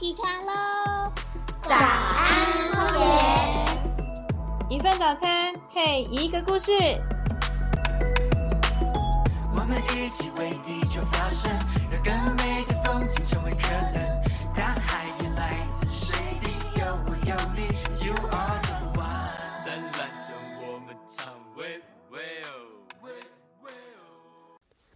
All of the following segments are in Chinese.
起床喽！ 早安荒野， 一份早餐配一个故事。 我们一起为地球发声，让更美的风景成为可能。大海也来自水滴，有我有你 ，You are the one。灿烂中我们唱喂喂哦，喂喂哦。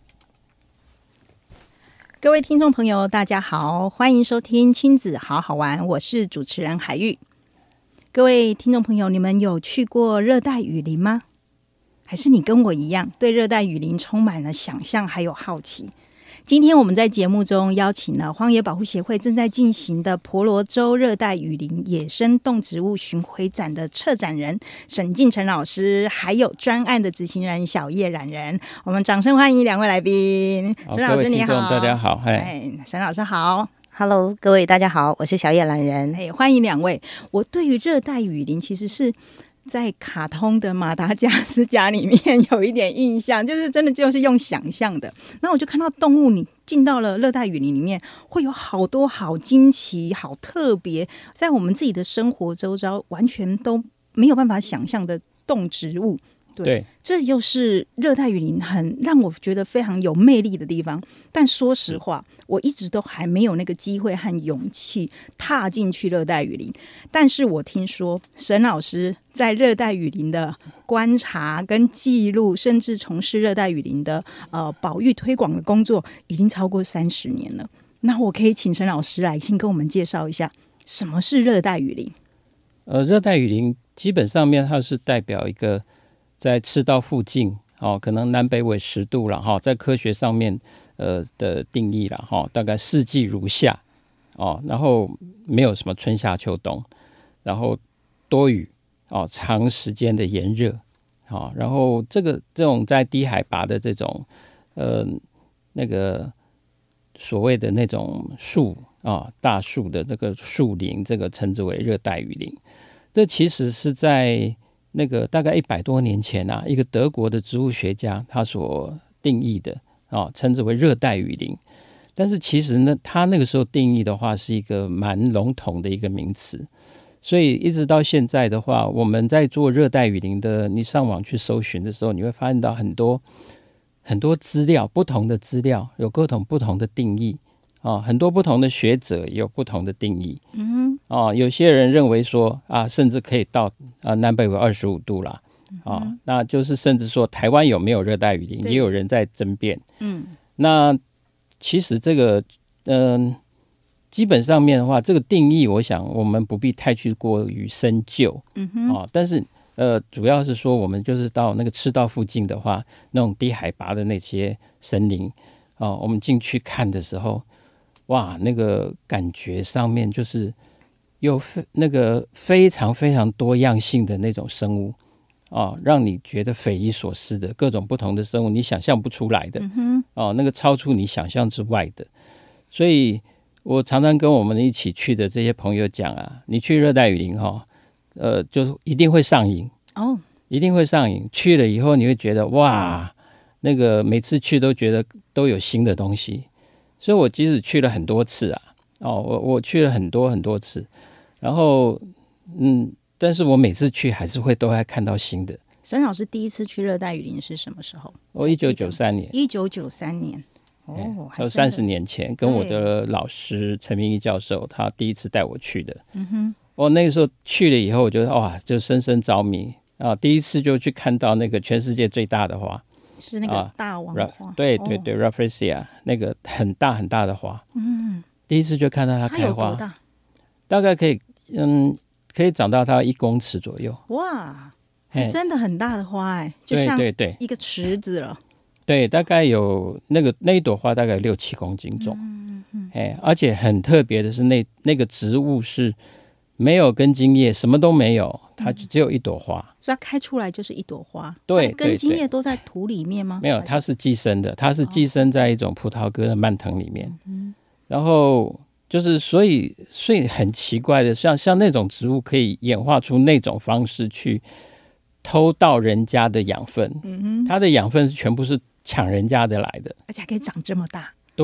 各位听众朋友，大家好，欢迎收听亲子好好玩，我是主持人海玉。各位听众朋友，你们有去过热带雨林吗？还是你跟我一样，对热带雨林充满了想象还有好奇？今天我们在节目中邀请了荒野保护协会正在进行的婆罗洲热带雨林野生动植物巡回展的策展人沈敬成老师，还有专案的执行人小叶冉人。我们掌声欢迎两位来宾。沈老师你好。 大家好。 沈老师好。 Hello， 各位大家好，我是小叶冉人。 欢迎两位。我对于热带雨林其实是在卡通的马达加斯加里面有一点印象，就是真的就是用想象的。然后我就看到动物，你进到了热带雨林里面，会有好多好惊奇、好特别，在我们自己的生活周遭完全都没有办法想象的动植物。对，这就是热带雨林很让我觉得非常有魅力的地方。但说实话，我一直都还没有那个机会和勇气踏进去热带雨林。但是我听说沈老师在热带雨林的观察跟记录，甚至从事热带雨林的保育推广的工作，已经超过30年了。那我可以请沈老师来先跟我们介绍一下什么是热带雨林。 热带雨林基本上面它是代表一个在赤道附近可能南北纬10度了在科学上面的定义了大概四季如夏然后没有什么春夏秋冬，然后多雨长时间的炎热然后这种在低海拔的这种那个所谓的那种树大树的这个树林，这个称之为热带雨林。这其实是在那个大概100多年前一个德国的植物学家他所定义的称之为热带雨林。但是其实呢，他那个时候定义的话是一个蛮笼统的一个名词，所以一直到现在的话，我们在做热带雨林的，你上网去搜寻的时候，你会发现到很多资料，不同的资料有各种不同的定义很多不同的学者也有不同的定义。有些人认为说甚至可以到南北纬25度啦那就是甚至说台湾有没有热带雨林，也有人在争辩。那其实这个基本上面的话，这个定义我想我们不必太去过于深究。但是主要是说我们就是到那个赤道附近的话，那种低海拔的那些森林我们进去看的时候，哇，那个感觉上面就是有那个非常非常多样性的那种生物让你觉得匪夷所思的各种不同的生物，你想象不出来的那个超出你想象之外的。所以我常常跟我们一起去的这些朋友讲你去热带雨林就一定会上瘾一定会上瘾。去了以后你会觉得哇，那个每次去都觉得都有新的东西。所以我即使去了很多次我去了很多很多次，然后但是我每次去还是会都还看到新的。 沈老师第一次去热带雨林是什么时候？ 我1993年。 1993年还30年前，跟我的老师陈明义教授他第一次带我去的。我那个时候去了以后，我觉得哇，就深深着迷第一次就去看到那个全世界最大的花， 是那个大王花。 对对对，Rafflesia 那个很大很大的花。第一次就看到它开花。 它有多大？ 大概可以长到它1公尺左右。 哇，真的很大的花就像一个池子了。 对，大概有那一朵花大概6-7公斤重。而且很特别的是那个植物是没有根茎叶，什么都没有，它只有一朵花， 所以它开出来就是一朵花。 对， 根茎叶都在土里面吗？ 没有，它是寄生的，它是寄生在一种葡萄葛的蔓藤里面。然后就是所以很奇怪的，像那种植物可以演化出那种方式去偷到人家的养分。它的养分全部是抢人家的来的， 而且还可以长这么大。 对，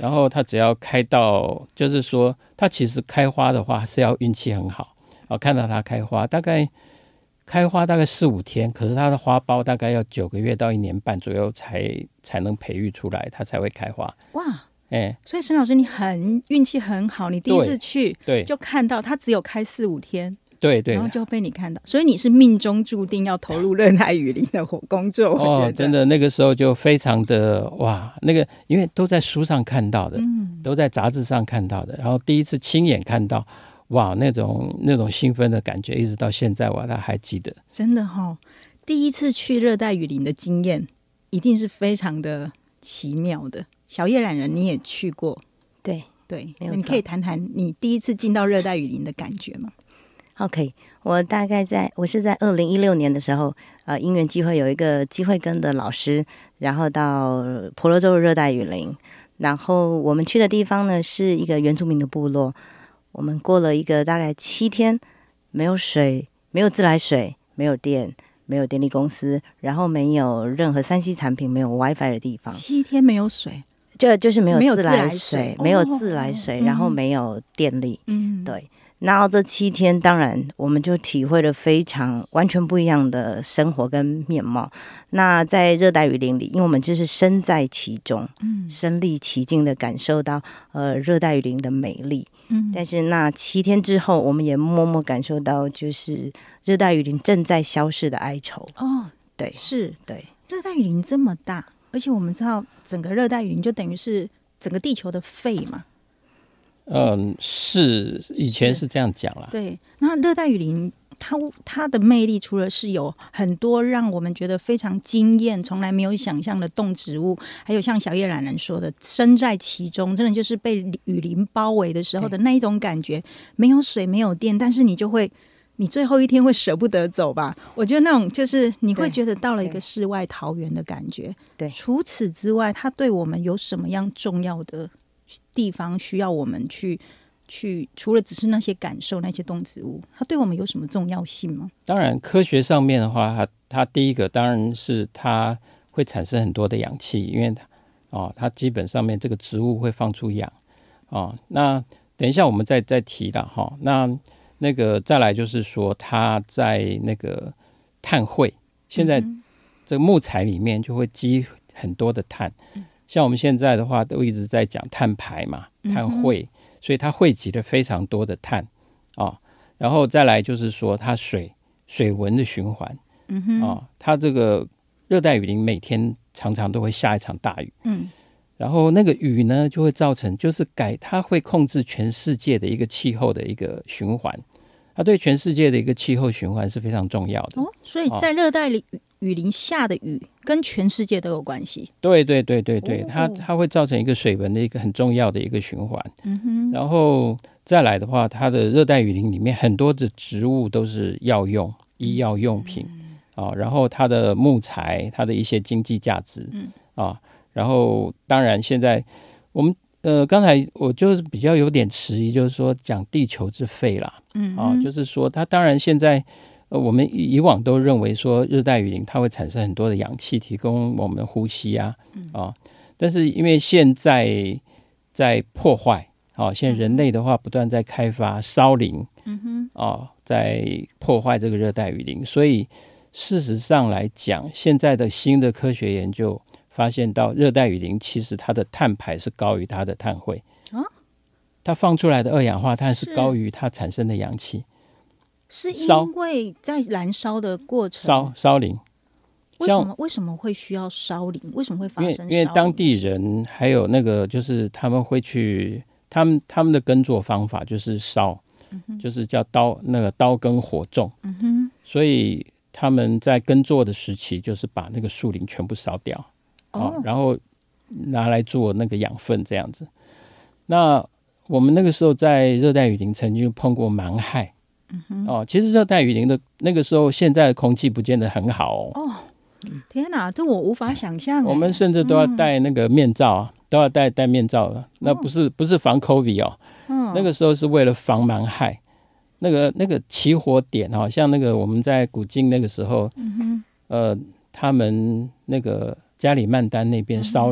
然后它只要开到，就是说它其实开花的话是要运气很好，看到它开花，大概4-5天，可是它的花苞大概要9个月到1年半左右才能培育出来，它才会开花。 哇， 哎， 所以沈老师你运气很好，你第一次去对就看到它只有开4-5天， 对对， 然后就被你看到，所以你是命中注定要投入热带雨林的工作。我觉得真的那个时候就非常的哇，那个因为都在书上看到的，都在杂志上看到的，然后第一次亲眼看到，哇，那种兴奋的感觉，一直到现在我还记得。真的第一次去热带雨林的经验一定是非常的奇妙的。小叶懒人你也去过？ 对， 你可以谈谈你第一次进到热带雨林的感觉吗 ？OK， 我是在2016年的时候，因缘机会有一个机会跟的老师，然后到婆罗洲热带雨林，然后我们去的地方呢是一个原住民的部落，我们过了一个大概7天，没有水，没有自来水，没有电，没有电力公司，然后没有任何3C 产品，没有 WiFi 的地方。 7天没有水， 就是没有自来水，没有自来水，然后没有电力。对。然后这7天，当然我们就体会了非常完全不一样的生活跟面貌。那在热带雨林里，因为我们就是身在其中，身历其境的感受到热带雨林的美丽。但是那7天之后，我们也默默感受到，就是热带雨林正在消逝的哀愁。对， 是， 对， 热带雨林这么大，而且我们知道整个热带雨林就等于是整个地球的肺嘛。 是以前是这样讲啦。 对，那热带雨林它的魅力，除了是有很多让我们觉得非常惊艳、从来没有想象的动植物，还有像小叶懒人说的，身在其中，真的就是被雨林包围的时候的那一种感觉。没有水，没有电，但是你最后一天会舍不得走吧？我觉得那种就是你会觉得到了一个世外桃源的感觉。 对， 除此之外，它对我们有什么样重要的地方需要我们去除了只是那些感受那些动植物，它对我们有什么重要性吗？ 当然科学上面的话，它第一个当然是它会产生很多的氧气，因为它基本上面这个植物会放出氧那等一下我们再提了那个再来就是说它在那个碳汇，现在这个木材里面就会积很多的碳，像我们现在的话都一直在讲碳排嘛，碳汇，所以它汇集了非常多的碳然后再来就是说它水文的循环它这个热带雨林每天常常都会下一场大雨然后那个雨呢就会造成就是它会控制全世界的一个气候的一个循环，它对全世界的一个气候循环是非常重要的所以在热带雨林下的雨跟全世界都有关系。 对，它会造成一个水文的一个很重要的一个循环然后再来的话，它的热带雨林里面很多的植物都是药用医药用品然后它的木材它的一些经济价值然后当然现在我们刚才我就是比较有点迟疑，就是说讲地球之肺啦就是说它当然现在我们以往都认为说热带雨林它会产生很多的氧气提供我们呼吸但是因为现在在破坏现在人类的话不断在开发烧林在破坏这个热带雨林，所以事实上来讲，现在的新的科学研究发现到热带雨林其实它的碳排是高于它的碳汇它放出来的二氧化碳是高于它产生的氧气。 是因为在燃烧的过程烧林为什么会需要烧林？为什么会发生烧林？ 因为当地人还有那个就是他们会去他们的耕作方法就是烧就是叫刀耕火种所以他们在耕作的时期就是把那个树林全部烧掉然后拿来做那个养分这样子。那我们那个时候在热带雨林曾经碰过蛮害其实热带雨林的那个时候现在的空气不见得很好天哪，这我无法想象我们甚至都要戴那个面罩都要戴面罩了那不是防 COVID 那个时候是为了防蛮害。那个起火点像那个我们在古晋那个时候他们那个加里曼丹那边烧林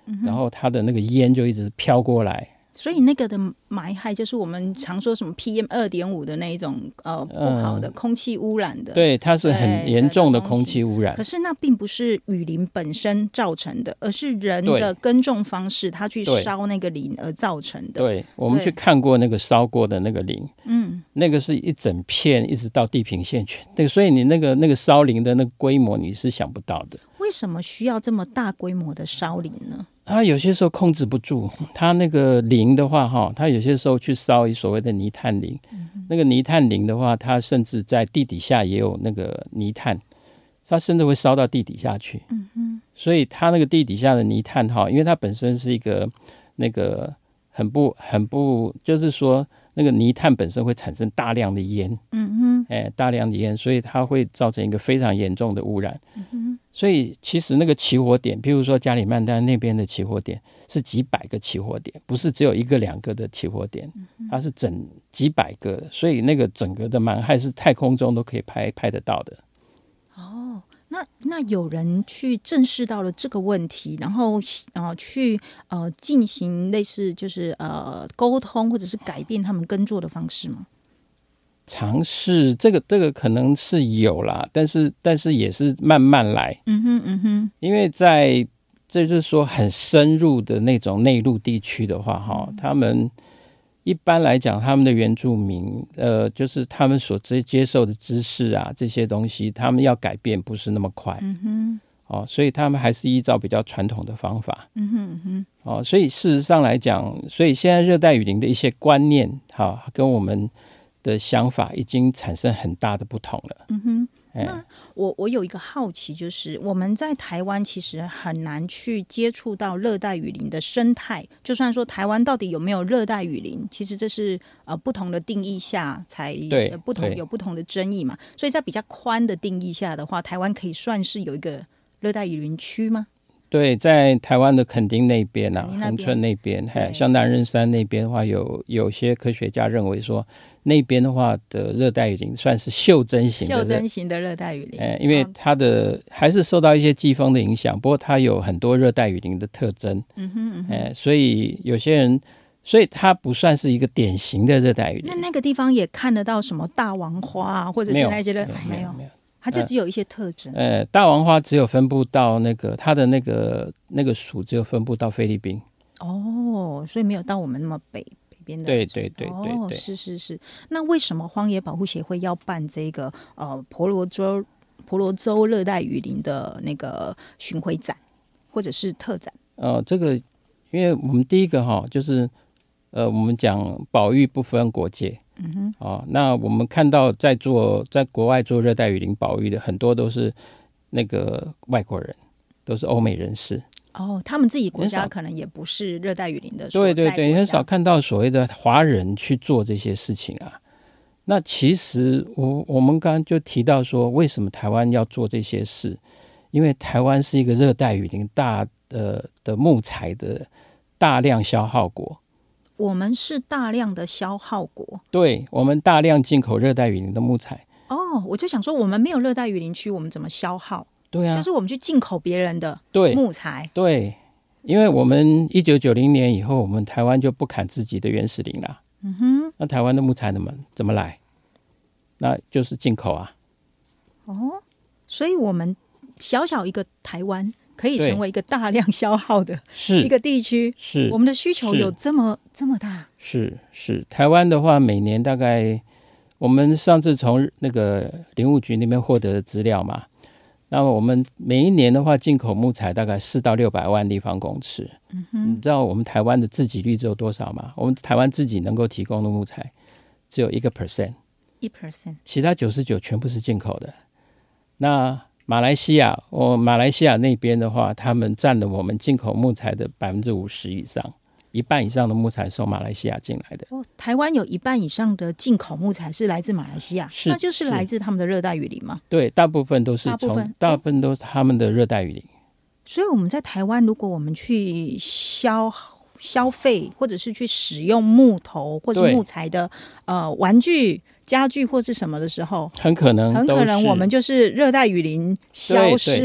然后它的那个烟就一直飘过来。 所以那个的霾害就是我们常说什么 PM2.5 的那一种不好的空气污染的， 对，它是很严重的空气污染。 可是那并不是雨林本身造成的，而是人的耕种方式，他去烧那个林而造成的。 对，我们去看过那个烧过的那个林，那个是一整片一直到地平线去，对，所以你那个烧林的那个规模你是想不到的。 为什么需要这么大规模的烧林呢？ 它有些时候控制不住，它那个林的话，它有些时候去烧所谓的泥炭林，那个泥炭林的话，它甚至在地底下也有那个泥炭，它甚至会烧到地底下去。所以它那个地底下的泥炭因为它本身是一个那个很不，就是说那个泥炭本身会产生大量的烟，大量的烟，所以它会造成一个非常严重的污染。所以其实那个起火点，譬如说加里曼丹那边的起火点是几百个起火点，不是只有一个两个的起火点，它是整几百个的，所以那个整个的霾害是太空中都可以拍得到的。 那有人去正视到了这个问题，然后去进行类似就是沟通或者是改变他们耕作的方式吗？ 尝试这个可能是有啦，但是也是慢慢来。因为这就是说很深入的那种内陆地区的话，他们一般来讲，他们的原住民就是他们所接受的知识啊，这些东西他们要改变不是那么快。所以他们还是依照比较传统的方法。所以事实上来讲，所以现在热带雨林的一些观念跟我们的想法已经产生很大的不同了。 那我有一个好奇，就是我们在台湾其实很难去接触到热带雨林的生态，就算说台湾到底有没有热带雨林，其实这是不同的定义下才有不同的争议嘛。所以在比较宽的定义下的话，台湾可以算是有一个热带雨林区吗？ 对，在台湾的垦丁那边恒春那边，像南人山那边的话，有些科学家认为说，那边的话的热带雨林算是袖珍型的热带雨林，因为它的还是受到一些季风的影响，不过它有很多热带雨林的特征。所以有些人，所以它不算是一个典型的热带雨林。 那个地方也看得到什么大王花或者是那些没有。它就只有一些特征。 大王花只有分布到它的那个属只有分布到菲律宾。 所以没有到我们那么北边的。 对。 是。那为什么荒野保护协会要办这个婆罗洲热带雨林的那个巡回展或者是特展？ 这个因为我们第一个就是我们讲保育不分国界。那我们看到在国外做热带雨林保育的很多都是那个外国人，都是欧美人士。 他们自己国家可能也不是热带雨林的所在国家。 对，很少看到所谓的华人去做这些事情啊。那其实我们刚刚就提到说，为什么台湾要做这些事？因为台湾是一个热带雨林的木材的大量消耗国。 我们是大量的消耗国， 对，我们大量进口热带雨林的木材。 我就想说，我们没有热带雨林区，我们怎么消耗？ 对啊， 就是我们去进口别人的木材。 对，因为我们1990年以后，我们台湾就不砍自己的原始林了。那台湾的木材怎么来？那就是进口啊。 所以我们小小一个台湾可以成为一个大量消耗的一个地区， 是我们的需求有这么大？ 是台湾的话，每年大概我们上次从那个林务局那边获得的资料嘛，那么我们每一年的话，进口木材大概400到600万立方公尺。你知道我们台湾的自给率只有多少吗？我们台湾自己能够提供的木材只有1%，其他99%全部是进口的。那马来西亚那边的话，他们占了我们进口木材的50%以上，一半以上的木材是从马来西亚进来的。 台湾有一半以上的进口木材是来自马来西亚，那就是来自他们的热带雨林吗？ 对，大部分都是他们的热带雨林。 所以我们在台湾，如果我们去消费或者是去使用木头或者木材的玩具、家具或是什么的时候， 很可能我们就是热带雨林消失的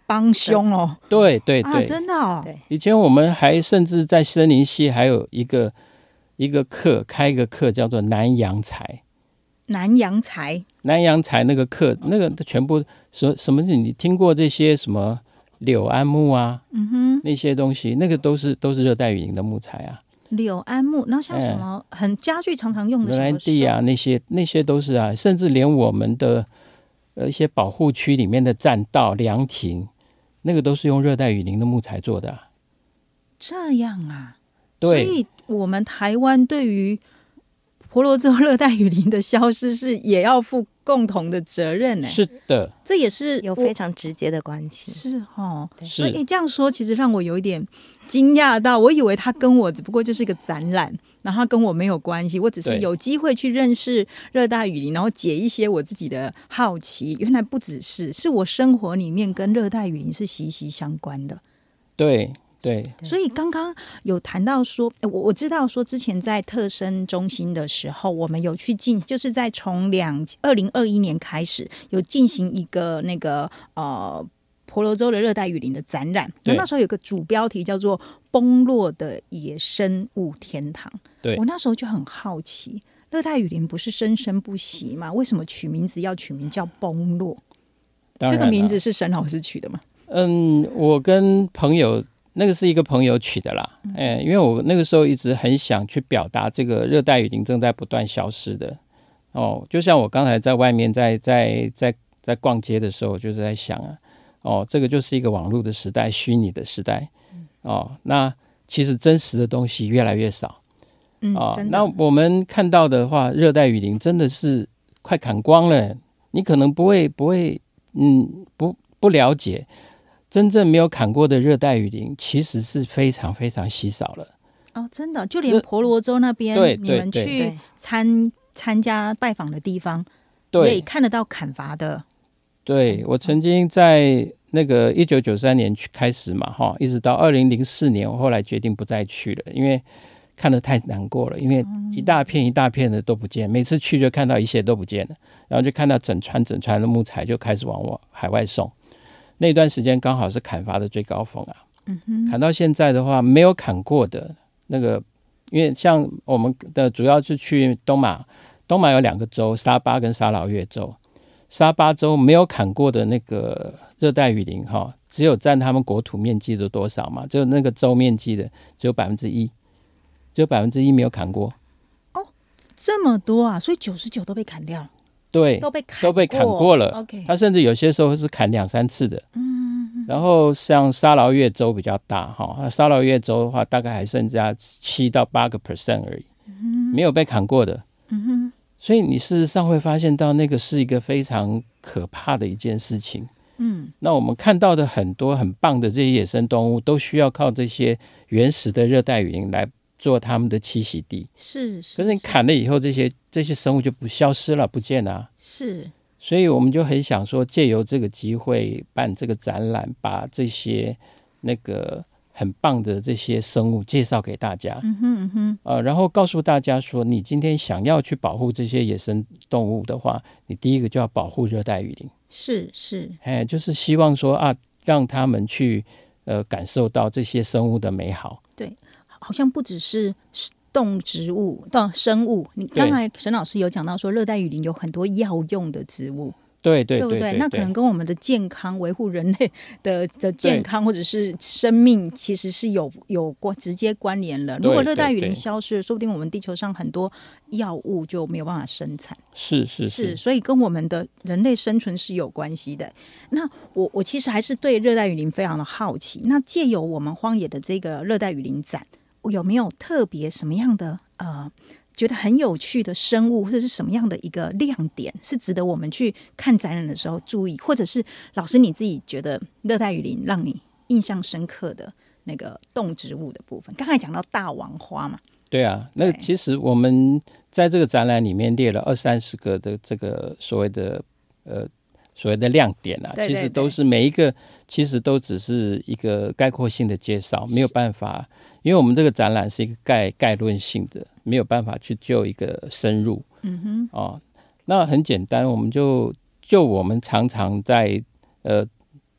帮凶哦。 对对对， 真的哦。 对， 以前我们还甚至在森林系还有一个课，开一个课叫做南洋材。 南洋材那个课，那个全部什么？你听过这些什么柳安木啊？那些东西，那个都是热带雨林的木材啊。 柳安木，然后像什么很家具常常用的什么兰地啊，那些都是啊，甚至连我们的一些保护区里面的栈道、凉亭，那个都是用热带雨林的木材做的啊。 这样啊， 对， 所以我们台湾对于婆罗洲热带雨林的消失是也要负共同的责任呢。 是的， 这也是有非常直接的关系。 是哦， 是所以这样说，其实让我有一点惊讶到，我以为他跟我只不过就是一个展览，然后他跟我没有关系，我只是有机会去认识热带雨林，然后解一些我自己的好奇。原来不只是我生活里面跟热带雨林是息息相关的。 对。对， 所以刚刚有谈到说，我知道说之前在特生中心的时候，我们有去就是在从2021年开始有进行一个那个婆罗洲的热带雨林的展览，那时候有个主标题叫做“崩落的野生物天堂”。 对， 我那时候就很好奇，热带雨林不是生生不息吗？为什么取名字要取名叫崩落？这个名字是沈老师取的吗？ 我跟朋友。那个是一个朋友取的啦，因为我那个时候一直很想去表达这个热带雨林正在不断消失的哦，就像我刚才在外面在逛街的时候，就是在想啊，这个就是一个网络的时代，虚拟的时代哦，那其实真实的东西越来越少那我们看到的话，热带雨林真的是快砍光了，你可能不会不了解。真正没有砍过的热带雨林其实是非常非常稀少了真的，就连婆罗洲那边你们去参加拜访的地方也看得到砍伐的。 对，我曾经在那个1993年开始嘛一直到2004年，我后来决定不再去了，因为看得太难过了，因为一大片一大片的都不见，每次去就看到一切都不见了，然后就看到整船的木材就开始往海外送。那段时间刚好是砍伐的最高峰砍到现在的话，没有砍过的那个，因为像我们的主要是去东马有2个州，沙巴跟沙劳越州。沙巴州没有砍过的那个热带雨林只有占他们国土面积的多少嘛？只有那个州面积的只有 1%， 只有 1% 没有砍过。 这么多啊！所以99都被砍掉了。 对，都被砍过了。他甚至有些时候是砍2-3次的。然后像沙劳越州比较大沙劳越州的话，大概还剩下7到8% 而已，没有被砍过的。所以你事实上会发现到那个是一个非常可怕的一件事情。那我们看到的很多很棒的这些野生动物，都需要靠这些原始的热带雨林来做他们的栖息地。 是， 可是你砍了以后，这些生物就不消失了，不见了。 是， 所以我们就很想说，借由这个机会办这个展览，把这些那个很棒的这些生物介绍给大家。然后告诉大家说，你今天想要去保护这些野生动物的话，你第一个就要保护热带雨林。 是， 就是希望说让他们去感受到这些生物的美好。 对。好像不只是动植物的生物，你刚才沈老师有讲到说，热带雨林有很多药用的植物， 对不对？那可能跟我们的健康、维护人类的健康或者是生命，其实是有直接关联了。如果热带雨林消失了，说不定我们地球上很多药物就没有办法生产。是，所以跟我们的人类生存是有关系的。那我其实还是对热带雨林非常的好奇。那借由我们荒野的这个热带雨林展，有没有特别什么样的觉得很有趣的生物，或者是什么样的一个亮点是值得我们去看展览的时候注意，或者是老师你自己觉得热带雨林让你印象深刻的那个动植物的部分？刚才讲到大王花嘛， 对啊，那其实我们在这个展览里面列了20-30个的这个所谓的亮点其实都是每一个其实都只是一个概括性的介绍，没有办法，因为我们这个展览是一个概论性的，没有办法去就一个深入。那很简单，我们就我们常常在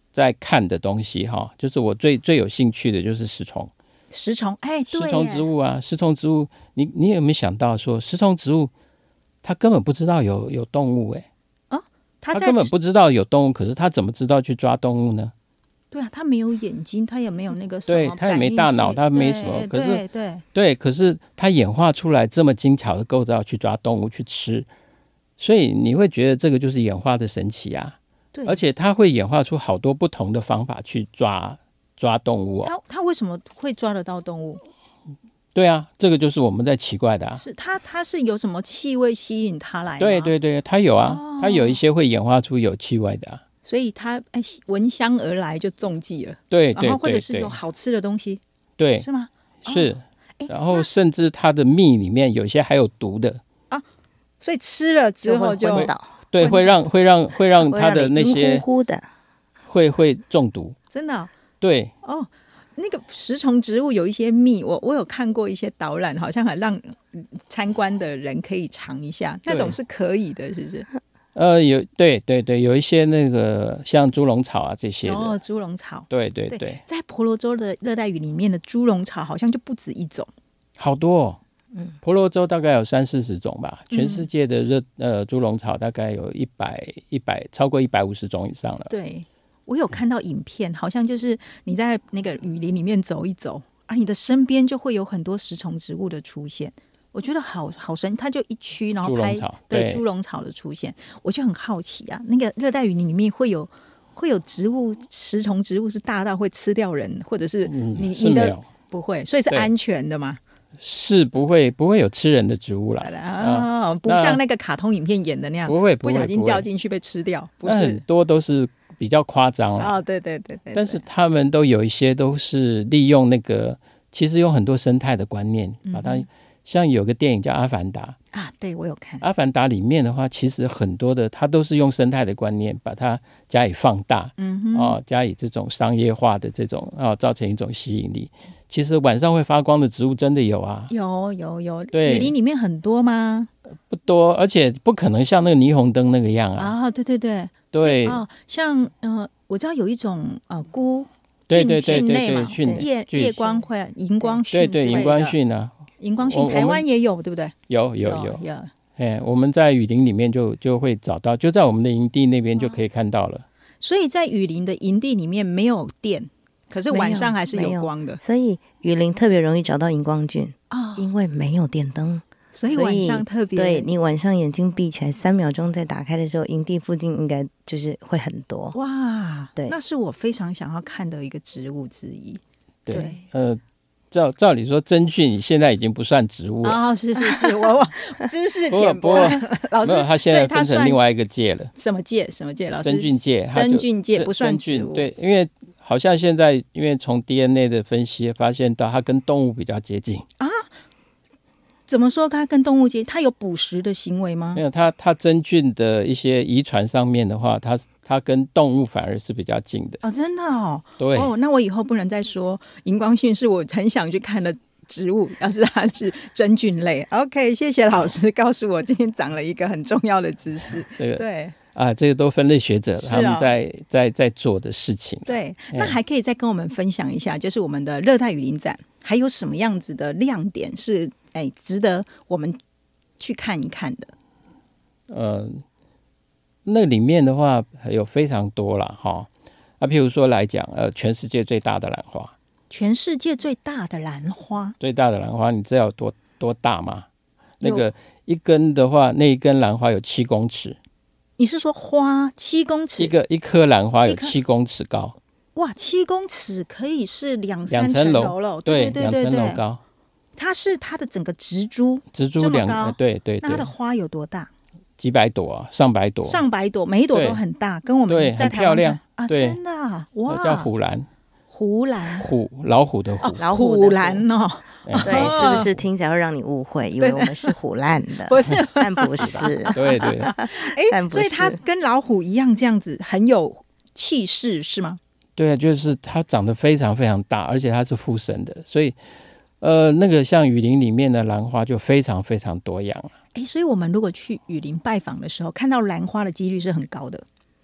在看的东西哈，就是我最有兴趣的就是食虫。 食虫，哎，对， 食虫植物啊，食虫植物，你有没有想到说，食虫植物它根本不知道有动物它根本不知道有动物，可是它怎么知道去抓动物呢？ 对啊，它没有眼睛，它也没有那个什么， 对，它也没大脑，它没什么，可是对，可是它演化出来这么精巧的构造去抓动物去吃，所以你会觉得这个就是演化的神奇啊！对，而且它会演化出好多不同的方法去抓动物它为什么会抓得到动物？ 对啊，这个就是我们在奇怪的啊。 是它是有什么气味吸引它来吗？ 对对对，它有啊，它有一些会演化出有气味的啊。 所以它闻香而来就中计了。 对， 然后或者是有好吃的东西。 对， 是吗？ 是。然后甚至它的蜜里面有些还有毒的啊，所以吃了之后就昏倒。 对，会让它的那些呼的会中毒。 真的对哦。那个食虫植物有一些蜜，我有看过一些导览，好像还让参观的人可以尝一下，那种是可以的，是不是？ 有对对对，有一些那个像猪笼草啊这些的。 猪笼草， 对对对， 在婆罗洲的热带雨里面的猪笼草好像就不止一种， 好多婆罗洲大概有30-40种吧，全世界的猪笼草大概有100超过150种以上了。 对。我有看到影片，好像就是你在那个雨林里面走一走，而你的身边就会有很多食虫植物的出现。我觉得好神，它就一区，然后拍对猪笼草的出现，我就很好奇啊。那个热带雨林里面会有植物食虫植物是大到会吃掉人，或者是你的不会，所以是安全的吗？ 是不会有吃人的植物啦。 不像那个卡通影片演的那样，不小心掉进去被吃掉，不是， 很多都是比较夸张了。 对， 但是他们都有一些都是利用那个，其实有很多生态的观念，把它像有个电影叫《阿凡达》 啊，对我有看。《 阿凡达》里面的话，其实很多的它都是用生态的观念把它加以放大，加以这种商业化的这种造成一种吸引力。其实晚上会发光的植物真的有啊， 有， 对， 雨林里面很多吗？ 不多，而且不可能像那个霓虹灯那个样啊。对， 像我知道有一种对菌类嘛，夜光会荧光菌， 对荧光菌啊， 荧光菌台湾也有，对不对？ 有。我们在雨林里面就会找到，就在我们的营地那边就可以看到了。 所以在雨林的营地里面没有电，可是晚上还是有光的， 所以雨林特别容易找到荧光菌因为没有电灯。 所以晚上特别， 对，你晚上眼睛闭起来3秒钟再打开的时候，营地附近应该就是会很多。 哇， 对， 那是我非常想要看的一个植物之一。 对，照理说真菌现在已经不算植物了。 是，我知识浅薄。老师， 它现在分成另外一个界了。 什么界？老师？ 真菌界， 真菌界不算植物。 对，因为好像现在因为从 DNA 的分析发现到它跟动物比较接近啊。 怎么说它跟动物接近？它有捕食的行为吗？ 没有，它真菌的一些遗传上面的话，它跟动物反而是比较近的。 真的哦。 对那我以后不能再说荧光菌是我很想去看的植物，要是它是真菌类。OK， 谢谢老师告诉我，今天长了一个很重要的知识。对这个都分类学者他们在做的事情。 对，那还可以再跟我们分享一下，就是我们的热带雨林展还有什么样子的亮点是值得我们去看一看的？ 那里面的话有非常多啦譬如说来讲，全世界最大的兰花。 全世界最大的兰花？ 最大的兰花，你知道有多大吗？那个一根的话，那一根兰花有7公尺。 你是说花7公尺？ 一颗兰花有7公尺高。 哇，7公尺可以是2-3层楼了。 对，2层楼高。 它是它的整个植株这么高，对。 那它的花有多大？ 几百朵啊，上百朵， 每一朵都很大，跟我们在台湾很漂亮对， 真的哇！ 叫虎兰， 老虎的虎， 虎兰哦。 对，是不是听起来会让你误会，以为我们是虎烂的？ 不是， 但不是。 对。 所以它跟老虎一样，这样子很有气势，是吗？ 对啊，就是它长得非常非常大，而且它是附生的，所以那个像雨林里面的兰花就非常非常多样。 所以我们如果去雨林拜访的时候，看到兰花的几率是很高的。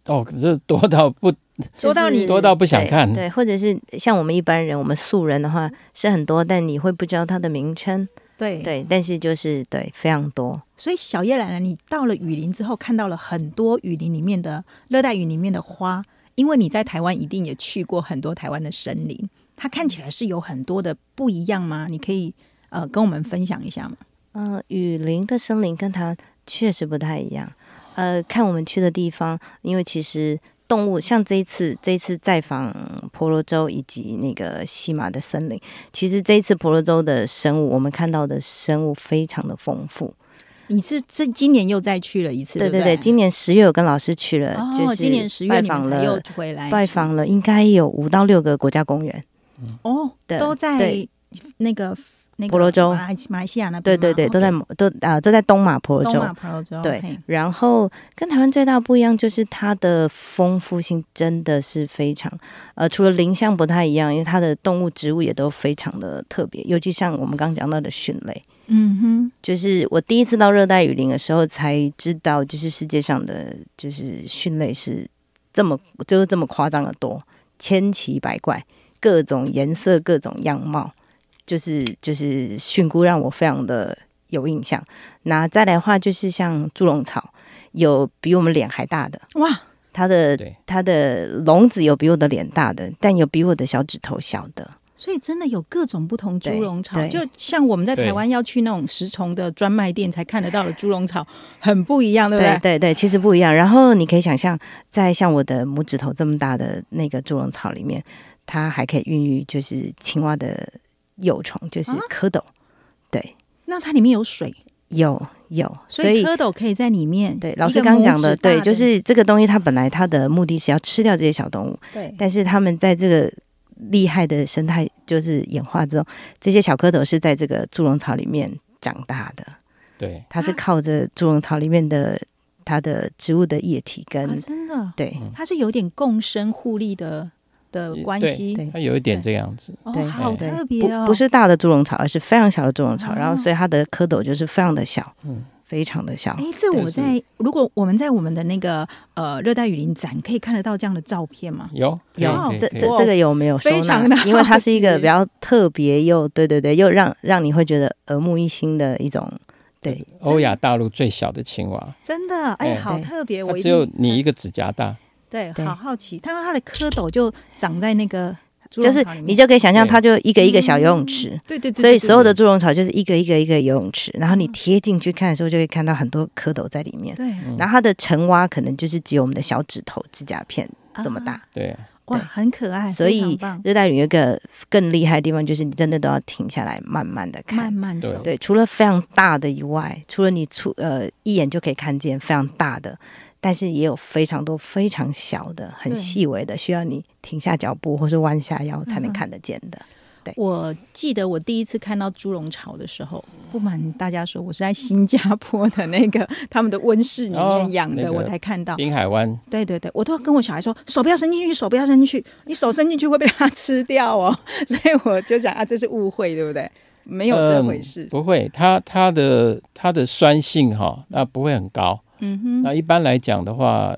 可是多到不多到不想看。 对，或者是像我们一般人，我们素人的话是很多，但你会不知道它的名称。对，但是就是对非常多。 所以小叶兰，你到了雨林之后，看到了很多雨林里面的热带雨林里面的花，因为你在台湾一定也去过很多台湾的森林，它看起来是有很多的不一样吗？你可以跟我们分享一下吗？ 雨林的森林跟它确实不太一样。看我们去的地方，因为其实动物像这一次在访婆罗洲以及那个西马的森林，其实这一次婆罗洲的生物，我们看到的生物非常的丰富。 你是今年又再去了一次？对， 今年10月有跟老师去了，就是今年10月你们才又回来， 拜访了应该有5到6个国家公园。 都在那个婆罗洲， 马来西亚那边。 对，都在东马婆罗洲。对，然后跟台湾最大的不一样就是它的丰富性真的是非常，除了林相不太一样，因为它的动物植物也都非常的特别，尤其像我们刚讲到的蕈类。就是我第一次到热带雨林的时候才知道，就是世界上的就是蕈类是这么夸张的多，千奇百怪，各种颜色，各种样貌。就是蕈菇让我非常的有印象。那再来的话，就是像猪笼草，有比我们脸还大的哇， 它的笼子有比我的脸大的，但有比我的小指头小的。 所以真的有各种不同猪笼草，就像我们在台湾要去那种食虫的专卖店才看得到的猪笼草，很不一样，对不对？ 对，其实不一样。然后你可以想象，在像我的拇指头这么大的那个猪笼草里面，它还可以孕育就是青蛙的幼虫，就是蝌蚪。对， 那它里面有水？ 有， 所以蝌蚪可以在里面。 对，老师刚讲的，对，就是这个东西，它本来它的目的是要吃掉这些小动物， 对， 但是他们在这个厉害的生态就是演化之后，这些小蝌蚪是在这个猪笼草里面长大的。 对， 它是靠着猪笼草里面的它的植物的液体跟真的对， 它是有点共生互利的关系， 它有一点这样子。 对， 好特别哦， 不是大的猪笼草，而是非常小的猪笼草，然后所以它的蝌蚪就是非常的小，非常的小。 这如果我们在我们的那个热带雨林展可以看得到这样的照片吗？ 有，这个有没有收纳？ 非常的， 因为它是一个比较特别又对，又让你会觉得耳目一新的一种。对， 欧亚大陆最小的青蛙， 真的好特别， 只有你一个指甲大。 对，好好奇，他说他的蝌蚪就长在那个就是你就可以想象，它就一个一个小游泳池， 对， 所以所有的猪笼草就是一个一个游泳池，然后你贴进去看的时候，就会看到很多蝌蚪在里面。 对， 然后它的成蛙可能就是只有我们的小指头指甲片这么大。 对， 哇，很可爱。 所以热带雨有一个更厉害的地方，就是你真的都要停下来，慢慢的看， 慢慢走。 对，除了非常大的以外，除了你一眼就可以看见非常大的。但是也有非常多非常小的、很细微的，需要你停下脚步或是弯下腰才能看得见的。对， 我记得我第一次看到猪笼草的时候，不瞒大家说，我是在新加坡的那个他们的温室里面养的，我才看到。 滨海湾。 对，我都跟我小孩说，手不要伸进去，手不要伸进去，你手伸进去会被它吃掉哦。所以我就想这是误会，对不对？没有这回事。 不会，它的酸性那不会很高。那一般来讲的话，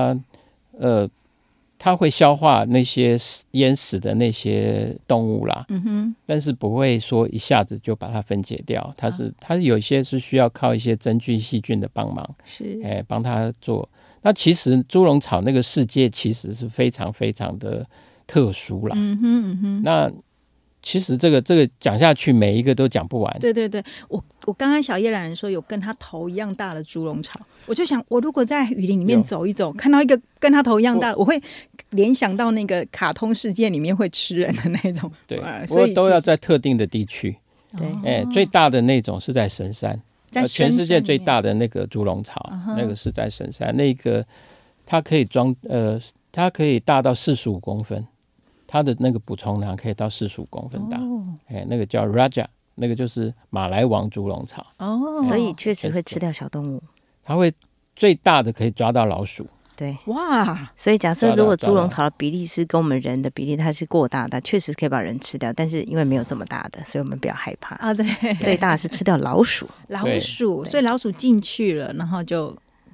它会消化那些淹死的那些动物啦，但是不会说一下子就把它分解掉。它是有一些是需要靠一些真菌细菌的帮忙，帮它做。那其实猪笼草那个世界其实是非常非常的特殊啦。那其实这个讲下去，每一个都讲不完。 对，我刚刚小叶兰人说有跟他头一样大的猪笼草，我就想，我如果在雨林里面走一走，看到一个跟他头一样大的，我会联想到那个卡通世界里面会吃人的那种。 对，所以都要在特定的地区。对，最大的那种是在神山，全世界最大的那个猪笼草，那个是在神山，那个它可以它可以大到45公分。它的那个捕虫囊可以到45公分大，那个叫 Raja， 那个就是马来王猪笼草。 所以确实会吃掉小动物。 它会最大的可以抓到老鼠。 对， 哇！ 所以假设如果猪笼草的比例是跟我们人的比例，它是过大的，确实可以把人吃掉。但是因为没有这么大的，所以我们不要害怕啊。 对， 最大的是吃掉老鼠。 所以老鼠进去了，然后就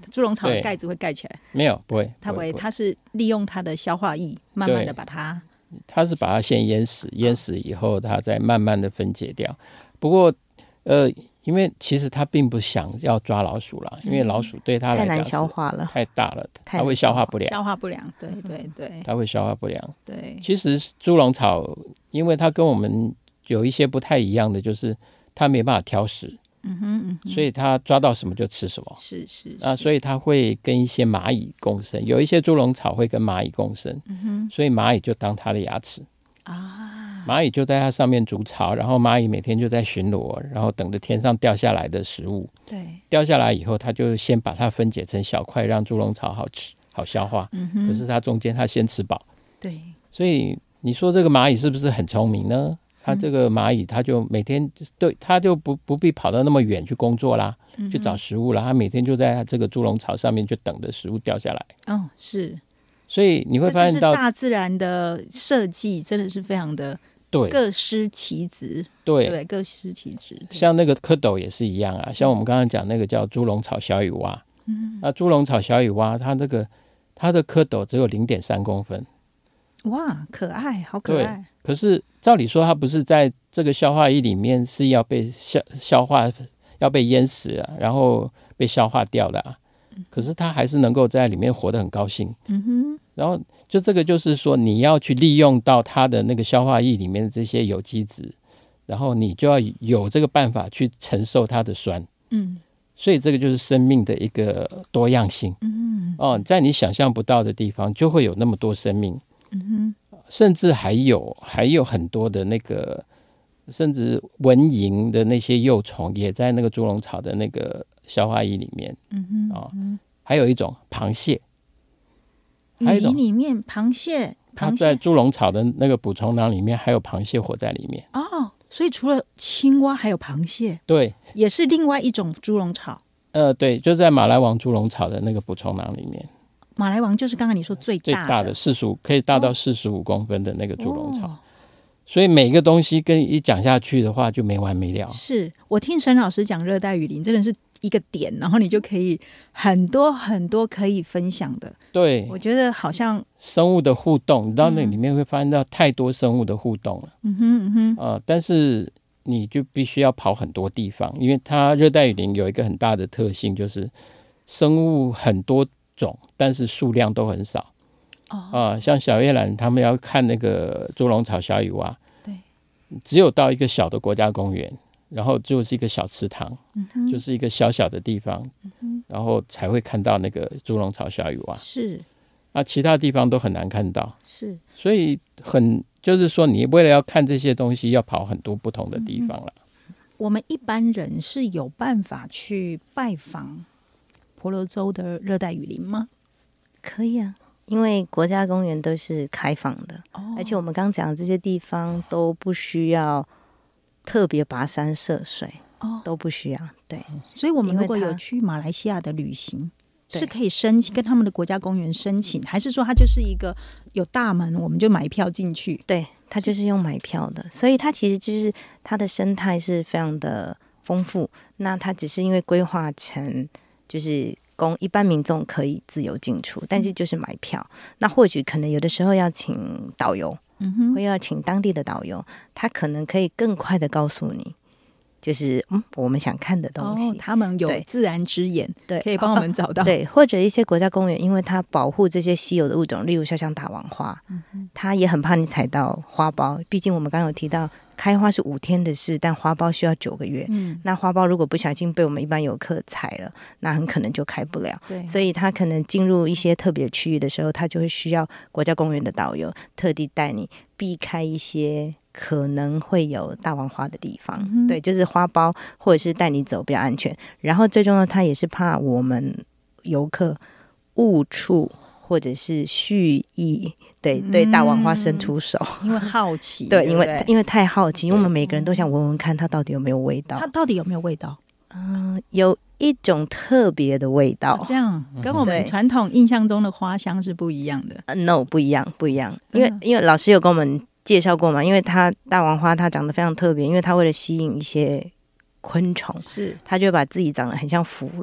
猪笼草的盖子会盖起来？ 没有，不会， 它不会，它是利用它的消化液，慢慢的把它是把它先淹死，淹死以后，它再慢慢的分解掉。不过，因为其实它并不想要抓老鼠啦，因为老鼠对它来讲太难消化了， 太大了，它会消化不良。 对对对， 它会消化不良。 对， 其实猪笼草，因为它跟我们有一些不太一样的，就是它没办法挑食。所以它抓到什么就吃什么， 是所以它会跟一些蚂蚁共生，有一些猪笼草会跟蚂蚁共生，所以蚂蚁就当它的牙齿啊，蚂蚁就在它上面筑巢，然后蚂蚁每天就在巡逻，然后等着天上掉下来的食物， 对， 掉下来以后，它就先把它分解成小块，让猪笼草好吃好消化，可是它中间它先吃饱， 对， 所以你说这个蚂蚁是不是很聪明呢？它这个蚂蚁，它就每天对，它就不必跑到那么远去工作啦，去找食物啦。它每天就在这个猪笼草上面，就等着食物掉下来。 哦，是。 所以你会发现到大自然的设计真的是非常的各司其职，对，各司其职。 像那个蝌蚪也是一样啊，像我们刚刚讲那个叫猪笼草小雨蛙，那猪笼草小雨蛙，它的蝌蚪只有0.3公分。 哇，可爱，好可爱。 可是照理说，它不是在这个消化液里面是要被消化，要被淹死啊，然后被消化掉的啊。可是它还是能够在里面活得很高兴。然后就这个就是说，你要去利用到它的那个消化液里面的这些有机质，然后你就要有这个办法去承受它的酸。所以这个就是生命的一个多样性。在你想象不到的地方，就会有那么多生命。甚至还有很多的那个，甚至蚊蝇的那些幼虫也在那个猪笼草的那个消化液里面。还有一种螃蟹， 雨林里面螃蟹它在猪笼草的那个捕虫囊里面还有螃蟹活在里面。 哦，所以除了青蛙还有螃蟹， 对， 也是另外一种猪笼草。 对，就在马来王猪笼草的那个捕虫囊里面。 马来王就是刚刚你说最大的 45可以大到45公分的那个猪笼草。所以每个东西跟一讲下去的话就没完没了。 是我听沈老师讲热带雨林真的是一个点，然后你就可以很多很多可以分享的。 对， 我觉得好像生物的互动，你到那里面会发现到太多生物的互动了。但是你就必须要跑很多地方，因为它热带雨林有一个很大的特性，就是生物很多种，但是数量都很少。像小叶兰他们要看那个猪笼草小雨蛙， 对， 只有到一个小的国家公园，然后就是一个小池塘，就是一个小小的地方，然后才会看到那个猪笼草小雨蛙。 是， 其他地方都很难看到。 是， 所以就是说，你为了要看这些东西，要跑很多不同的地方了。 我们一般人是有办法去拜访婆罗洲的热带雨林吗？ 可以啊。因为国家公园都是开放的，而且我们刚讲的这些地方都不需要特别跋山涉水，都不需要。对， 所以我们如果有去马来西亚的旅行，是可以申请跟他们的国家公园申请，还是说它就是一个有大门，我们就买票进去？ 对，它就是用买票的，所以它其实就是它的生态是非常的丰富。那它只是因为规划成就是供一般民众可以自由进出，但是就是买票。那或许可能有的时候要请导游，会要请当地的导游，他可能可以更快的告诉你，就是我们想看的东西。 他们有自然之眼， 对， 可以帮我们找到。 对，或者一些国家公园，因为它保护这些稀有的物种，例如像大王花，它也很怕你踩到花苞。毕竟我们刚刚有提到，开花是5天的事，但花苞需要9个月。那花苞如果不小心被我们一般游客踩了，那很可能就开不了。 对， 所以它可能进入一些特别区域的时候，它就会需要国家公园的导游特地带你避开一些可能会有大王花的地方。对，就是花苞，或者是带你走比较安全。然后最重要，它也是怕我们游客误触或者是蓄意对大王花伸出手， 因为好奇。 对，因为太好奇，因为我们每个人都想闻闻看它到底有没有味道。 它到底有没有味道？ 有一种特别的味道， 这样跟我们传统印象中的花香是不一样的。 No， 不一样。因为老师有跟我们介绍过嘛，因为它大王花它长得非常特别，因为它为了吸引一些昆虫， 是它就会把自己长得很像腐肉。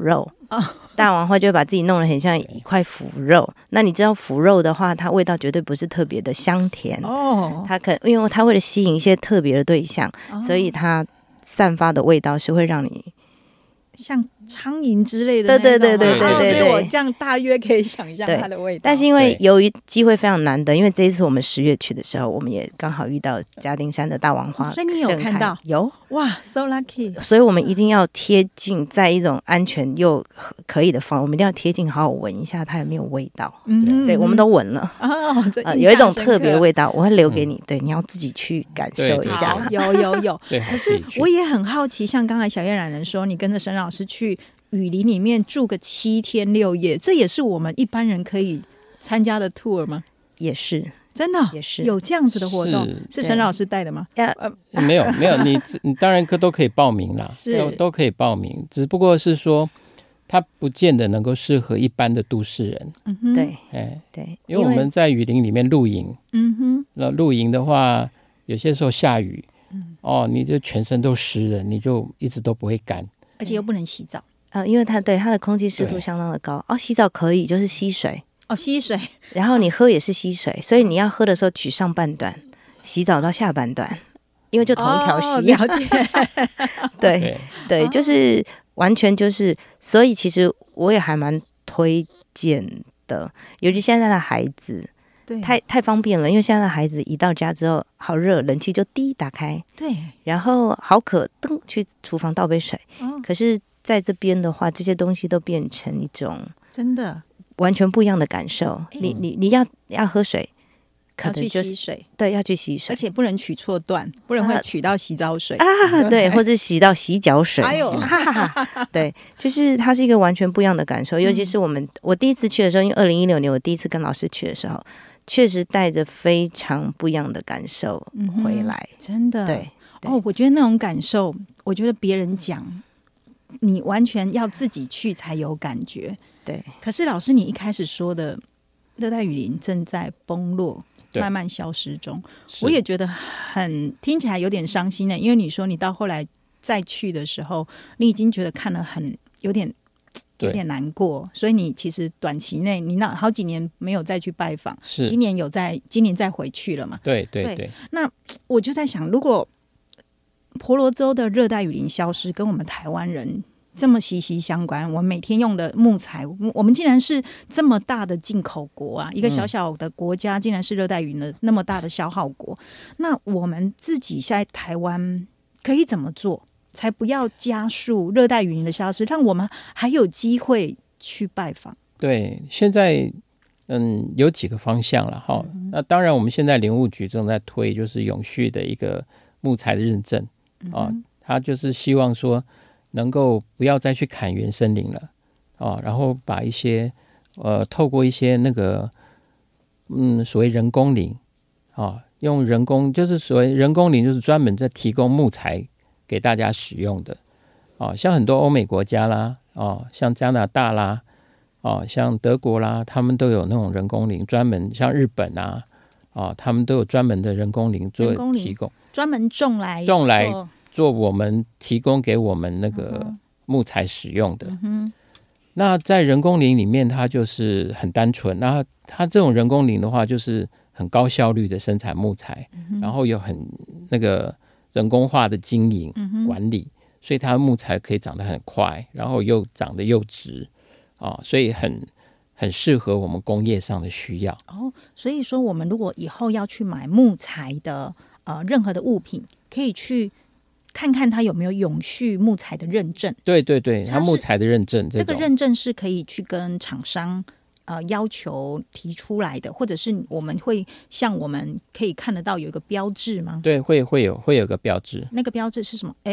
大王花就会把自己弄得很像一块腐肉。那你知道腐肉的话，它味道绝对不是特别的香甜哦，它因为它为了吸引一些特别的对象，所以它散发的味道是会让你像苍蝇之类的那种， 对， 所以我这样大约可以想象它的味道。 但是因为由于机会非常难得，因为这一次我们10月去的时候，我们也刚好遇到嘉丁山的大王花， 所以你有看到？ 有哇 ，so lucky！ 所以我们一定要贴近，在一种安全又可以的方，我们一定要贴近，好好闻一下它有没有味道。对，我们都闻了有一种特别的味道，我会留给你，对，你要自己去感受一下。 有。可是我也很好奇，像刚才小燕冉人说，你跟着沈老师去雨林里面住个7天6夜，这也是我们一般人可以参加的 tour 吗？ 也是。 真的也是有这样子的活动，是沈老师带的吗？ 没有，你当然都可以报名啦，都可以报名，只不过是说它不见得能够适合一般的都市人。 对， 因为我们在雨林里面露营，那露营的话，有些时候下雨，你就全身都湿了，你就一直都不会干， 而且又不能洗澡。 因为它的空气湿度相当的高。洗澡可以，就是吸水。 吸水， 然后你喝也是吸水，所以你要喝的时候取上半段，洗澡到下半段，因为就同一条溪。 了解。对，就是完全就是，所以其实我也还蛮推荐的，尤其现在的孩子，太方便了，因为现在的孩子一到家之后，好热，冷气就打开， 对， 然后好渴，噔去厨房倒杯水。可是在这边的话，这些东西都变成一种真的。 完全不一样的感受。你要喝水，可能就是要去吸水， 对，要去吸水， 而且不能取错段，不然会取到洗澡水对，或者洗到洗脚水。 哎呦， 对，就是它是一个完全不一样的感受。尤其是我第一次去的时候，因为2016年我第一次跟老师去的时候，确实带着非常不一样的感受回来。 真的， 对。 我觉得那种感受，我觉得别人讲，你完全要自己去才有感觉。 对， 可是老师，你一开始说的热带雨林正在崩落，慢慢消失中，我也觉得听起来有点伤心的，因为你说你到后来再去的时候，你已经觉得看了有点难过，所以你其实短期内你好几年没有再去拜访，今年再回去了嘛？ 对。 那我就在想，如果婆罗洲的热带雨林消失，跟我们台湾人这么息息相关，我们每天用的木材，我们竟然是这么大的进口国啊！一个小小的国家竟然是热带雨林的那么大的消耗国，那我们自己在台湾可以怎么做，才不要加速热带雨林的消失，让我们还有机会去拜访？对， 现在有几个方向了哈。那当然，我们现在林务局正在推就是永续的一个木材的认证他就是希望说，能够不要再去砍原生林了然后把一些透过一些那个所谓人工林用人工，就是所谓人工林，就是专门在提供木材给大家使用的像很多欧美国家啦像加拿大啦像德国啦，他们都有那种人工林，专门像日本他们都有专门的人工林做提供， 专门种来做我们提供给我们那个木材使用的。那在人工林里面，它就是很单纯。那它这种人工林的话，就是很高效率的生产木材，然后有很那个人工化的经营管理，所以它的木材可以长得很快，然后又长得又直所以很适合我们工业上的需要。 所以说我们如果以后要去买木材的任何的物品，可以去看看它有没有永续木材的认证。对， 它木材的认证， 这个认证是可以去跟厂商要求提出来的，或者是我们会像我们可以看得到有一个标志吗？ 对，会有个标志。 那个标志是什么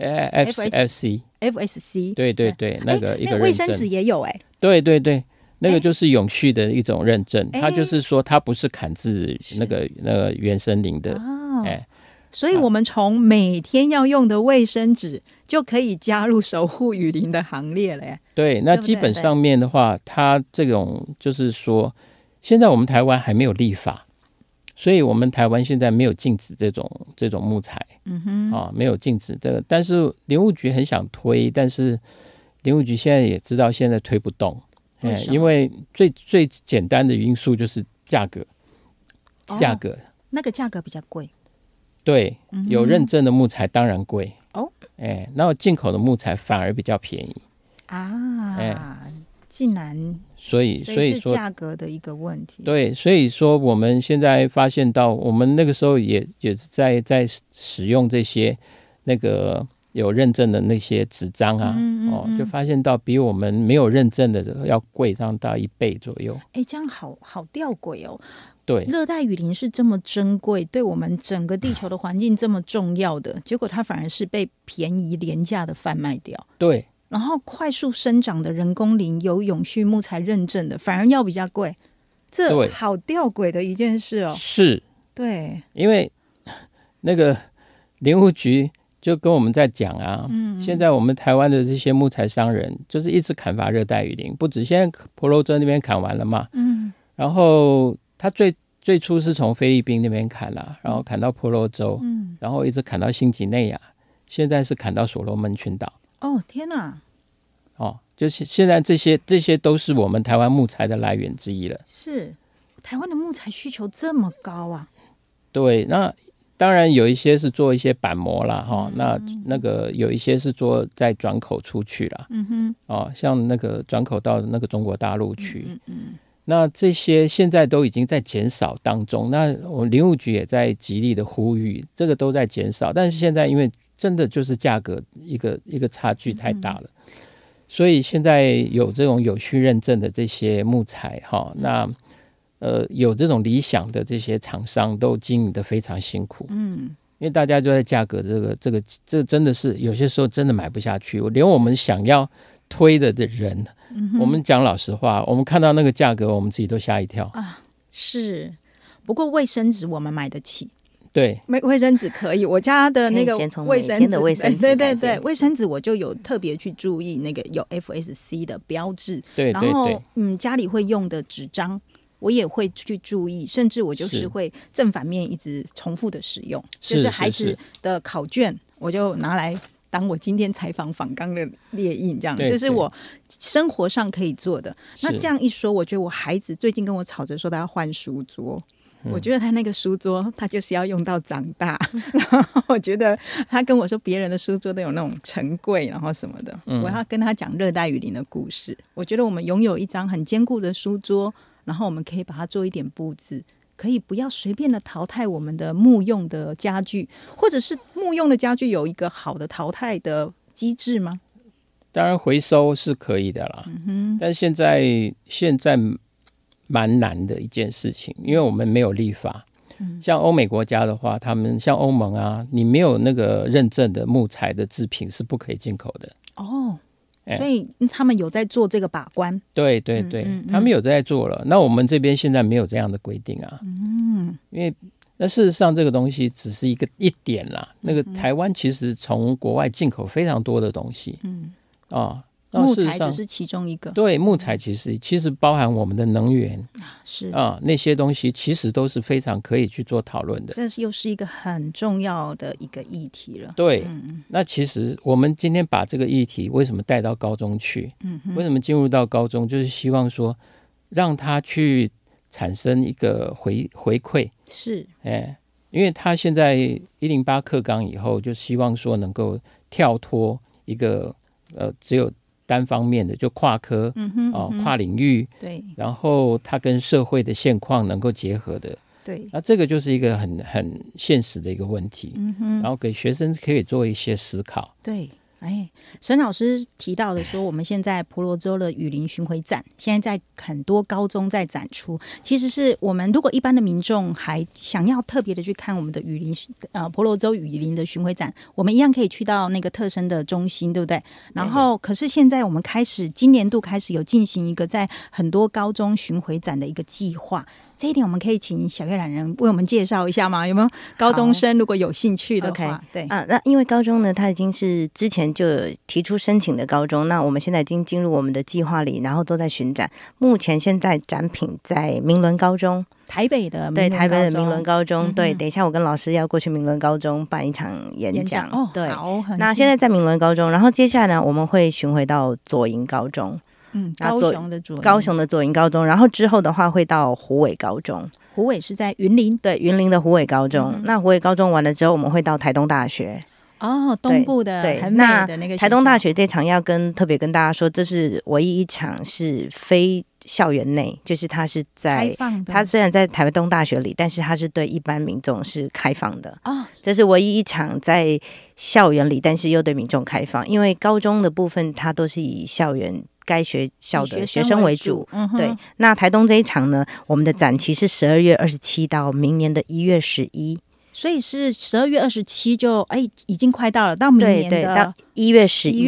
？FSC。对，那个一个认证。 卫生纸也有对，那个就是永续的一种认证。它就是说它不是砍制那个原生林的。 所以我们从每天要用的卫生纸就可以加入守护雨林的行列了耶。 对，那基本上面的话，它这种就是说，现在我们台湾还没有立法，所以我们台湾现在没有禁止这种木材，没有禁止这个。但是林务局很想推，但是林务局现在也知道现在推不动，因为最简单的因素就是价格， 那个价格比较贵。 对，有认证的木材当然贵哦， 然后进口的木材反而比较便宜啊，竟然所以是说价格的一个问题。 对，所以说我们现在发现到，我们那个时候也是在使用这些那个有认证的那些纸张啊，就发现到比我们没有认证的要贵上到1倍左右。 这样好吊诡哦。 对， 热带雨林是这么珍贵，对我们整个地球的环境这么重要的，结果它反而是被便宜廉价的贩卖掉。 对， 然后快速生长的人工林有永续木材认证的，反而要比较贵，这好吊诡的一件事哦。 是， 对， 因为那个林务局就跟我们在讲啊，现在我们台湾的这些木材商人就是一直砍伐热带雨林，不止现在婆罗洲那边砍完了嘛，然后他最初是从菲律宾那边砍啦，然后砍到婆罗洲，然后一直砍到新几内亚，现在是砍到所罗门群岛。 哦，天哪！ 就是现在这些都是我们台湾木材的来源之一了。 是，台湾的木材需求这么高啊？ 对，那当然有一些是做一些板模啦，那个有一些是做在转口出去啦，像那个转口到那个中国大陆去，那这些现在都已经在减少当中。那我林务局也在极力的呼吁，这个都在减少，但是现在因为真的就是价格一个差距太大了，所以现在有这种有序认证的这些木材那有这种理想的这些厂商都经营得非常辛苦，因为大家就在价格这个真的是有些时候真的买不下去，连我们想要推的人，我们讲老实话，我们看到那个价格我们自己都吓一跳啊。是，不过卫生纸我们买得起。 对， 卫生纸可以，我家的那个卫生纸，对，卫生纸我就有特别去注意那个有 FSC 的标志， 对， 然后家里会用的纸张我也会去注意，甚至我就是会正反面一直重复的使用，就是孩子的考卷我就拿来当我今天采访访纲的列印，这样这是我生活上可以做的。那这样一说，我觉得我孩子最近跟我吵着说他要换书桌，我觉得他那个书桌他就是要用到长大，然后我觉得他跟我说别人的书桌都有那种陈柜然后什么的，我要跟他讲热带雨林的故事。我觉得我们拥有一张很坚固的书桌，然后我们可以把它做一点布置，可以不要随便的淘汰我们的木用的家具，或者是木用的家具有一个好的淘汰的机制吗？ 当然回收是可以的啦，但现在蛮难的一件事情，因为我们没有立法。像欧美国家的话，他们像欧盟啊，你没有那个认证的木材的制品Is不可以进口的。 所以他们有在做这个把关。 对，他们有在做了。那我们这边现在没有这样的规定啊。因为那事实上这个东西只是一点啦。那个台湾其实从国外进口非常多的东西。 木材只是其中一个。 对，木材其实包含我们的能源那些东西其实都是非常可以去做讨论的。 这又是一个很重要的一个议题了。 对，那其实我们今天把这个议题为什么带到高中去，为什么进入到高中，就是希望说让他去产生一个回馈。 是， 因为他现在108课纲以后就希望说能够跳脱一个只有单方面的，就跨科跨领域， 对， 然后它跟社会的现况能够结合的， 对， 那这个就是一个很现实的一个问题，然后给学生可以做一些思考。 对，沈老师提到的说，我们现在婆罗洲的雨林巡回展，现在在很多高中在展出。其实是我们如果一般的民众还想要特别的去看我们的雨林婆罗洲雨林的巡回展，我们一样可以去到那个特生的中心，对不对？然后可是现在我们今年度开始有进行一个在很多高中巡回展的一个计划。 这一点我们可以请小月懒人为我们介绍一下吗？有没有高中生如果有兴趣的话？对那因为高中呢，它已经是之前就有提出申请的高中，那我们现在已经进入我们的计划里，然后都在巡展。目前现在展品在明伦高中， 台北的明伦高中，对，等一下我跟老师要过去明伦高中办一场演讲，对， 好， 那现在在明伦高中，然后接下来呢，我们会巡回到左营高中。高雄的左营高中，然后之后的话会到虎尾高中。 虎尾是在云林， 对，云林的虎尾高中。那虎尾高中完了之后，我们会到台东大学。 东部的很美的那个台东大学这场要特别跟大家说，这是唯一一场是非校园内，就是它是在开放的。 它虽然在台东大学里，但是它是对一般民众是开放的。这是唯一一场在校园里，但是又对民众开放。因为高中的部分，它都是以校园该学校的学生为主。对，那台东这一场呢，我们的展期是12月27到明年的1月11。 所以是12月27就已经快到了，到明年的到1月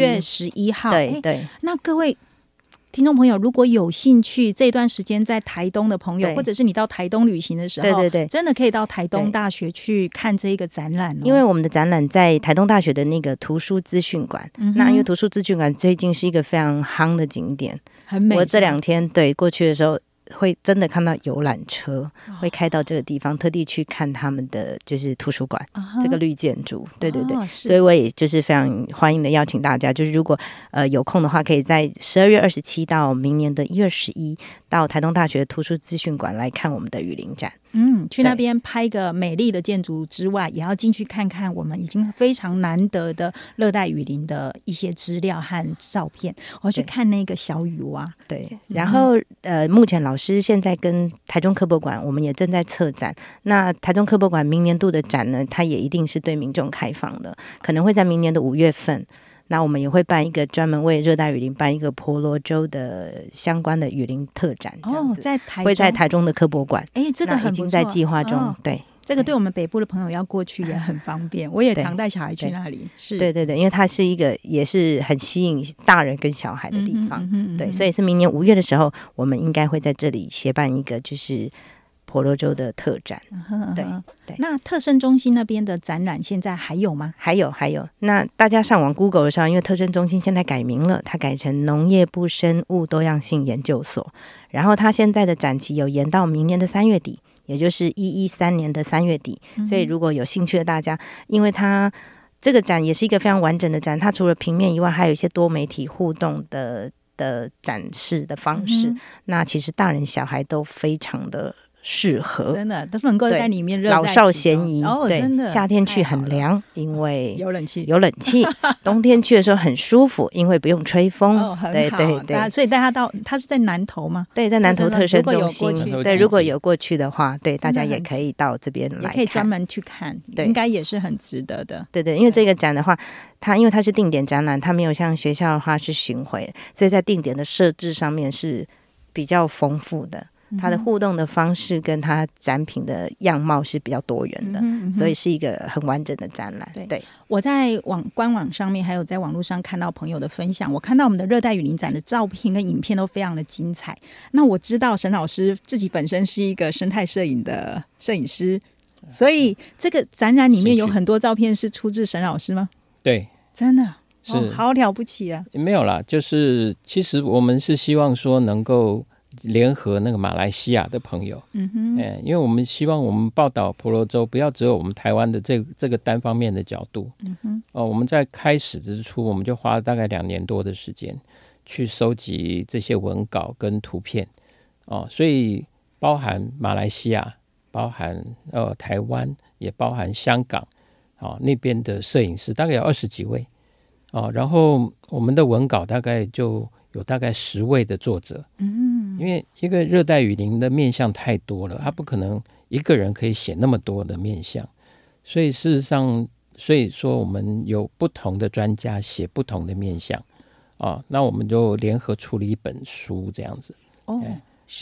11号。 对， 那各位听众朋友，如果有兴趣这段时间在台东的朋友，或者是你到台东旅行的时候，对，真的可以到台东大学去看这一个展览。 因为我们的展览在台东大学的那个图书资讯馆，那因为图书资讯馆最近是一个非常夯的景点， 很美。 我这2天过去的时候，会真的看到游览车会开到这个地方，特地去看他们的就是图书馆这个绿建筑。对，所以我也就是非常欢迎的邀请大家，就是如果有空的话，可以在12月27到明年的1月11到台东大学图书资讯馆来看我们的雨林展。 去那边拍个美丽的建筑之外，也要进去看看我们已经非常难得的热带雨林的一些资料和照片。我要去看那个小雨蛙。 对，然后目前老师现在跟台中科博馆，我们也正在策展。那台中科博馆明年度的展呢，它也一定是对民众开放的，可能会在明年的5月份。那我们也会办一个专门为热带雨林办一个婆罗洲的相关的雨林特展，这样子会在台中的科博馆。 这个很不错， 已经在计划中。对， 这个对我们北部的朋友要过去也很方便。我也常带小孩去那里。是， 对，因为它是一个也是很吸引大人跟小孩的地方。对，所以是明年5月的时候，我们应该会在这里协办一个就是婆罗洲的特展。对， 那特生中心那边的展览现在还有吗？ 还有。那大家上网 Google 的时候，因为特生中心现在改名了，它改成农业部生物多样性研究所。然后它现在的展期有延到明年的3月底，也就是113年的3月底。所以如果有兴趣的大家，因为它这个展也是一个非常完整的展，它除了平面以外，还有一些多媒体互动的展示的方式。那其实大人小孩都非常的适合， 真的都能够在里面热老少咸宜。 对，真的夏天去很凉，因为有冷气； 冬天去的时候很舒服，因为不用吹风。 很好。对，所以带他是在南投吗？ 对，在南投特生中心。对，如果有过去的话，对，大家也可以到这边来看， 也可以专门去看，应该也是很值得的。 对，因为这个展的话，因为它是定点展览，它没有像学校的话是巡回，所以在定点的设置上面是比较丰富的。它的互动的方式跟它展品的样貌是比较多元的，所以是一个很完整的展览。对， 我在官网上面还有在网络上看到朋友的分享，我看到我们的热带雨林展的照片跟影片都非常的精彩。那我知道沈老师自己本身是一个生态摄影的摄影师，所以这个展览里面有很多照片是出自沈老师吗？ 对， 真的是好了不起啊！ 没有啦，就是其实我们是希望说能够联合那个马来西亚的朋友，因为我们希望我们报道婆罗洲不要只有我们台湾的这个单方面的角度。我们在开始之初，我们就花了大概2年多的时间去收集这些文稿跟图片，所以包含马来西亚，包含台湾，也包含香港，那边的摄影师大概有20几位，然后我们的文稿大概就有大概10位的作者。因为一个热带雨林的面向太多了，他不可能一个人可以写那么多的面向，所以事实上，所以说我们有不同的专家写不同的面向，那我们就联合出了一本书这样子。 是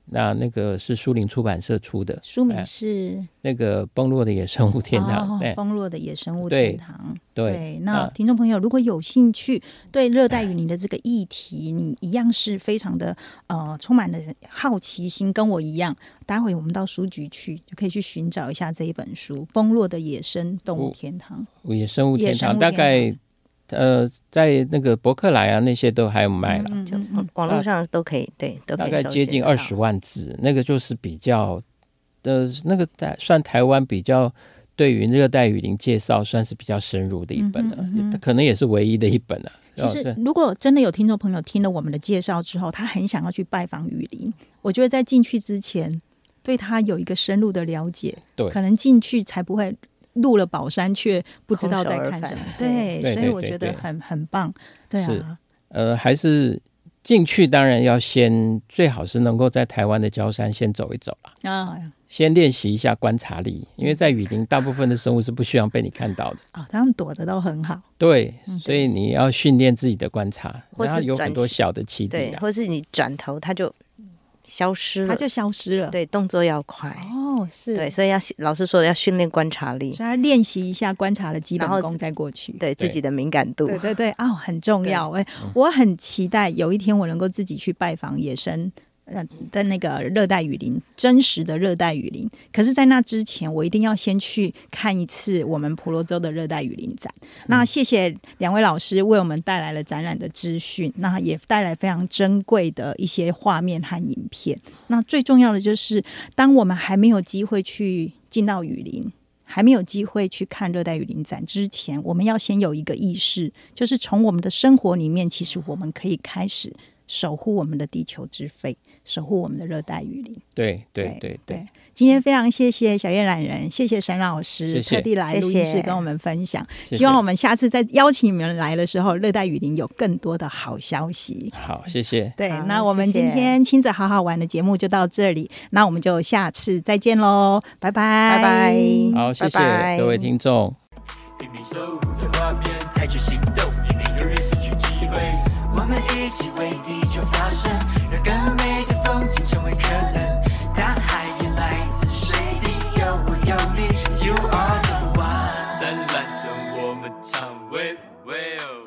那个是书林出版社出的， 书名是那个崩落的野生物天堂， 崩落的野生物天堂。 对， 那听众朋友如果有兴趣对热带雨林的这个议题，你一样是非常的充满了好奇心，跟我一样，待会我们到书局去就可以去寻找一下这一本书《崩落的野生动物天堂》。 野生物天堂大概在那个博客来啊那些都还有卖了， 就网络上都可以，对，都可以， 大概接近20万字，那个就是比较那个算台湾比较对于热带雨林介绍算是比较深入的一本了，可能也是唯一的一本了。 其实如果真的有听众朋友听了我们的介绍之后，他很想要去拜访雨林，我觉得在进去之前对他有一个深入的了解，对，可能进去才不会入了宝山却不知道在看什么。对，所以我觉得很棒。对啊， 还是进去当然要最好是能够在台湾的郊山先走一走啦，先练习一下观察力，因为在雨林大部分的生物是不需要被你看到的他们躲的都很好。 对，所以你要训练自己的观察，然后有很多小的起点， 或是你转头它就消失了，对，动作要快。 是， 对，所以老师说的要训练观察力， 所以要练习一下观察的基本功再过去， 对自己的敏感度， 对很重要。我很期待有一天我能够自己去拜访野生的那个热带雨林，真实的热带雨林。可是在那之前我一定要先去看一次我们婆罗洲的热带雨林展。那谢谢两位老师为我们带来了展览的资讯，那也带来非常珍贵的一些画面和影片。那最重要的就是当我们还没有机会去进到雨林，还没有机会去看热带雨林展之前，我们要先有一个意识，就是从我们的生活里面，其实我们可以开始守护我们的地球之肺，守护我们的热带雨林。 对， 今天非常谢谢小叶懒人，谢谢沈老师， 谢谢特地来录音室跟我们分享。希望我们下次再邀请你们来的时候，热带雨林有更多的好消息。 好，谢谢。 对，那我们今天亲子好好玩的节目就到这里，那我们就下次再见喽，拜拜， 拜拜。 好，谢谢各位听众。 拼命守护着画面，采取行动，以免有人失去机会。我们一起为地球发声，让更美的风景成为可能。大海也来自水滴，有我有你 ，You are the one。灿烂中我们唱，喂喂哦。